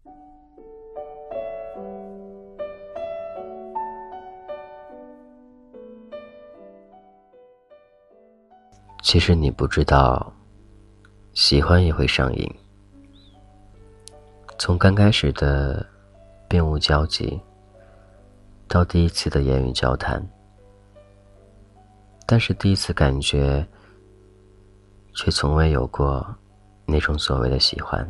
其实你不知道，喜欢也会上瘾。从刚开始的并无交集，到第一次的言语交谈，但是第一次感觉却从未有过那种所谓的喜欢。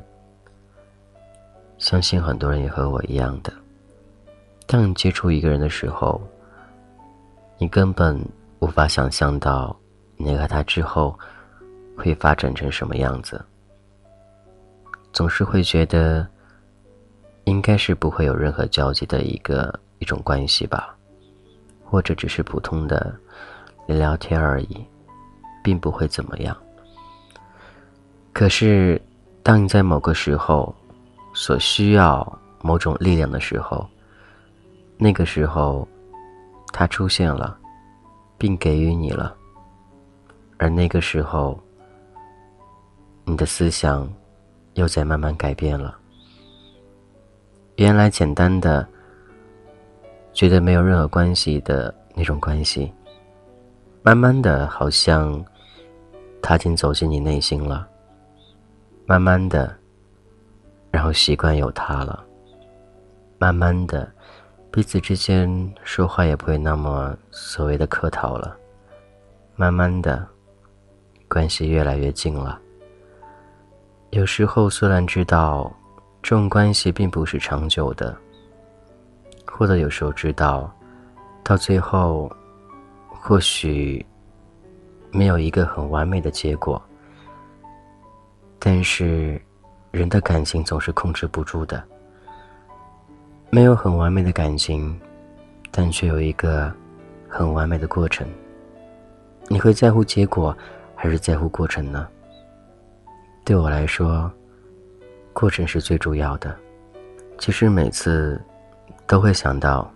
相信很多人也和我一样的，当你接触一个人的时候，你根本无法想象到你和他之后会发展成什么样子，总是会觉得应该是不会有任何交集的一种关系吧，或者只是普通的聊聊天而已，并不会怎么样。可是当你在某个时候所需要某种力量的时候，那个时候它出现了并给予你了，而那个时候你的思想又在慢慢改变了。原来简单的觉得没有任何关系的那种关系，慢慢的好像它已经走进你内心了，慢慢的然后习惯有它了，慢慢的彼此之间说话也不会那么所谓的客套了，慢慢的关系越来越近了。有时候虽然知道这种关系并不是长久的，或者有时候知道到最后或许没有一个很完美的结果，但是人的感情总是控制不住的。没有很完美的感情，但却有一个很完美的过程。你会在乎结果还是在乎过程呢？对我来说，过程是最重要的。其实每次都会想到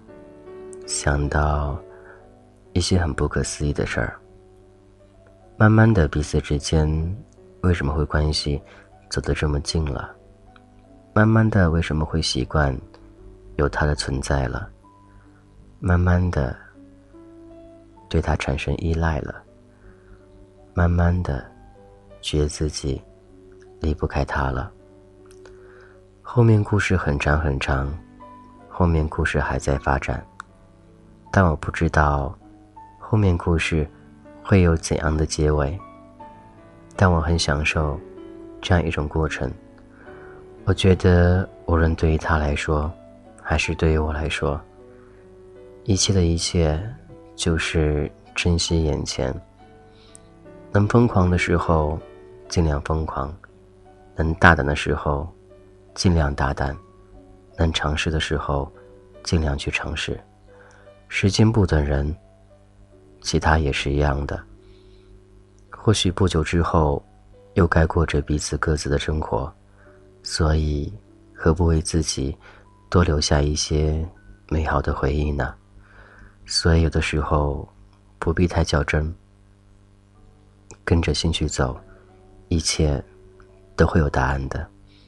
一些很不可思议的事儿。慢慢的彼此之间为什么会关系走得这么近了？慢慢的为什么会习惯有它的存在了？慢慢的对它产生依赖了，慢慢的觉得自己离不开它了。后面故事很长很长，后面故事还在发展，但我不知道后面故事会有怎样的结尾，但我很享受这样一种过程。我觉得无论对于他来说还是对于我来说，一切的一切就是珍惜眼前，能疯狂的时候尽量疯狂，能大胆的时候尽量大胆，能尝试的时候尽量去尝试。时间不等人，其他也是一样的。或许不久之后又该过着彼此各自的生活，所以何不为自己多留下一些美好的回忆呢？所以有的时候不必太较真，跟着心去走，一切都会有答案的。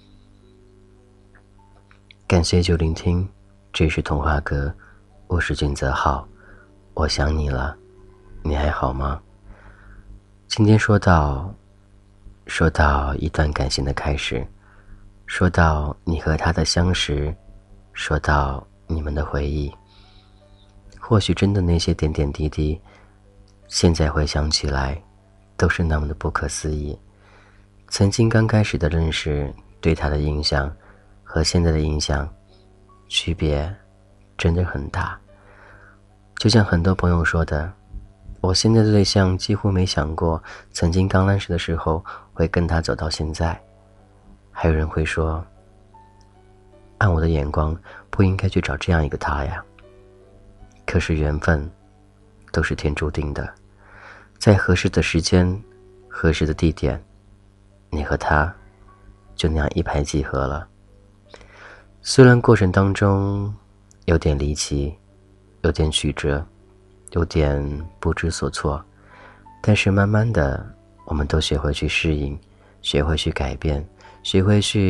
感谢就聆听，这是童话阁，我是俊泽浩，我想你了，你还好吗？今天说到一段感情的开始，说到你和他的相识，说到你们的回忆，或许真的那些点点滴滴，现在回想起来都是那么的不可思议。曾经刚开始的认识，对他的印象和现在的印象区别真的很大。就像很多朋友说的，我现在的对象几乎没想过曾经刚认识的时候会跟他走到现在。还有人会说，按我的眼光不应该去找这样一个他呀。可是缘分都是天注定的，在合适的时间合适的地点，你和他就那样一拍即合了。虽然过程当中有点离奇，有点曲折，有点不知所措，但是慢慢的我们都学会去适应，学会去改变，学会去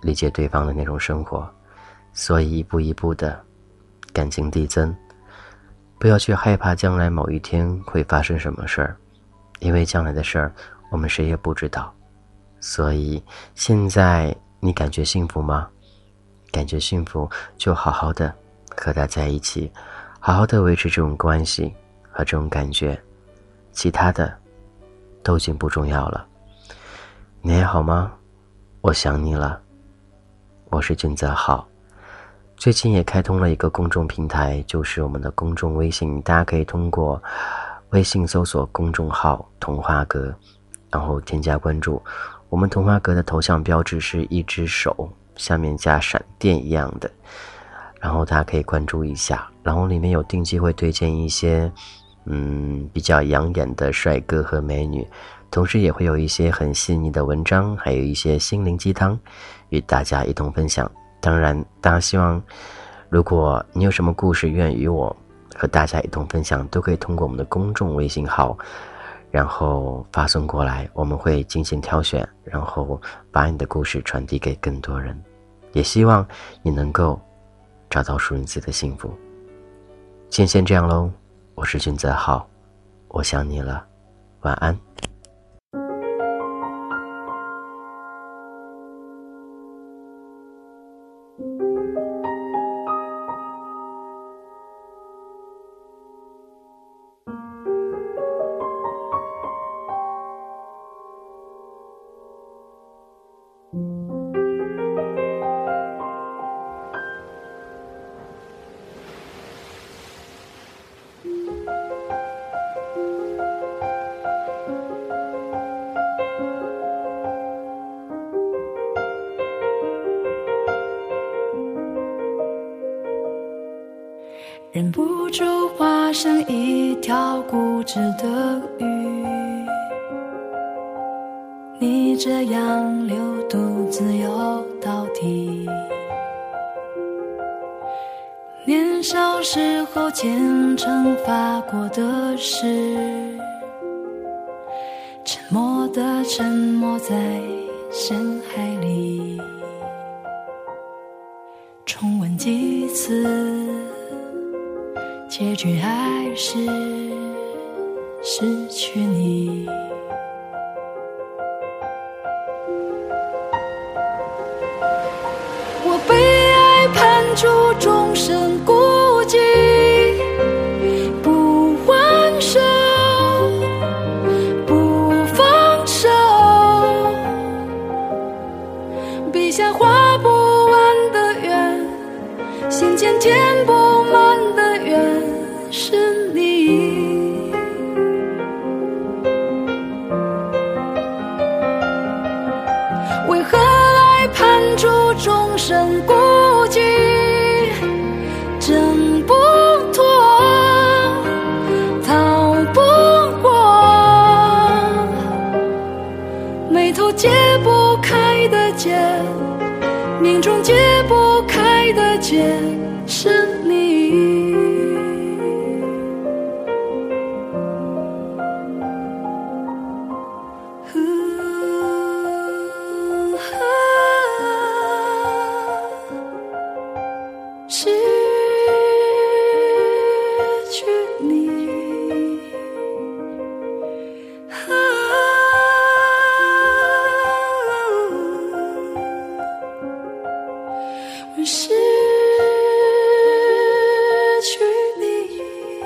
理解对方的那种生活，所以一步一步的感情递增。不要去害怕将来某一天会发生什么事儿，因为将来的事儿我们谁也不知道。所以现在你感觉幸福吗？感觉幸福就好好的和他在一起，好好的维持这种关系和这种感觉，其他的都已经不重要了。你还好吗？我想你了。我是俊泽浩，最近也开通了一个公众平台，就是我们的公众微信，大家可以通过微信搜索公众号童话阁，然后添加关注。我们童话阁的头像标志是一只手下面加闪电一样的，然后大家可以关注一下，然后里面有定期会推荐一些比较养眼的帅哥和美女，同时也会有一些很细腻的文章，还有一些心灵鸡汤与大家一同分享。当然大家希望如果你有什么故事愿与我和大家一同分享，都可以通过我们的公众微信号然后发送过来，我们会进行挑选，然后把你的故事传递给更多人。也希望你能够找到属于自己的幸福。今天先这样咯，我是俊泽浩，我想你了，晚安。 忍不住化身一条固执的鱼，你这样流独自游到底。年少时候虔诚发过的誓，沉默地沉没在深海里，重温几次，结局还是失去你。我被爱判处终身孤寂，不还手，不放手，笔下画不完的圆，心间填不满的缘是你。为何爱判处终身孤寂，挣不脱，逃不过，眉头解不开的结，命中解不开的结是你。失去你，我失去你。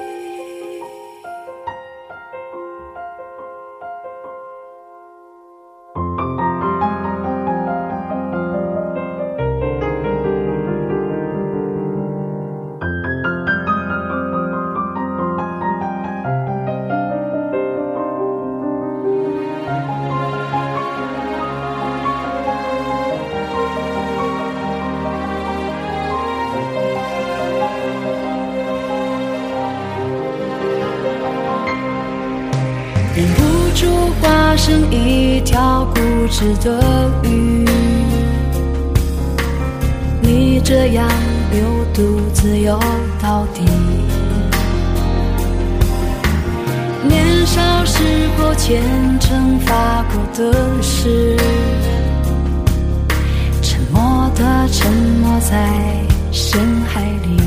忍不住化身一条固执的鱼，你这样流独自游到底。年少时候虔诚发过的誓，沉默在深海里，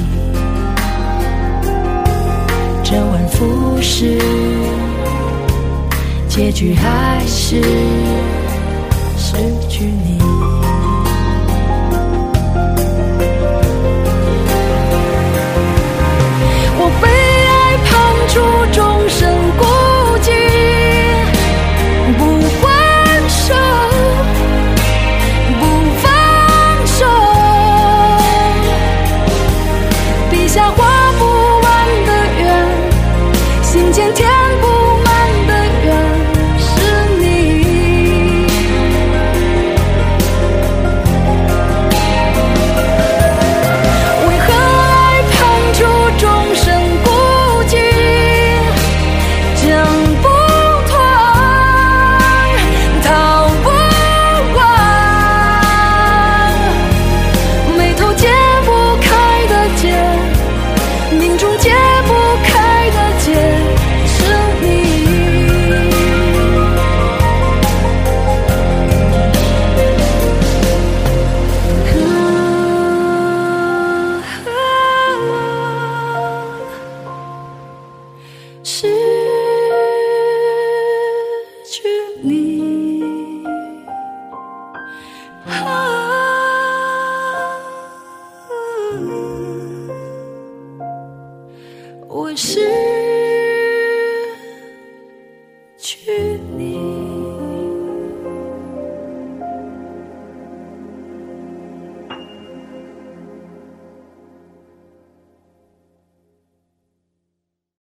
周而复始，结局还是失去你。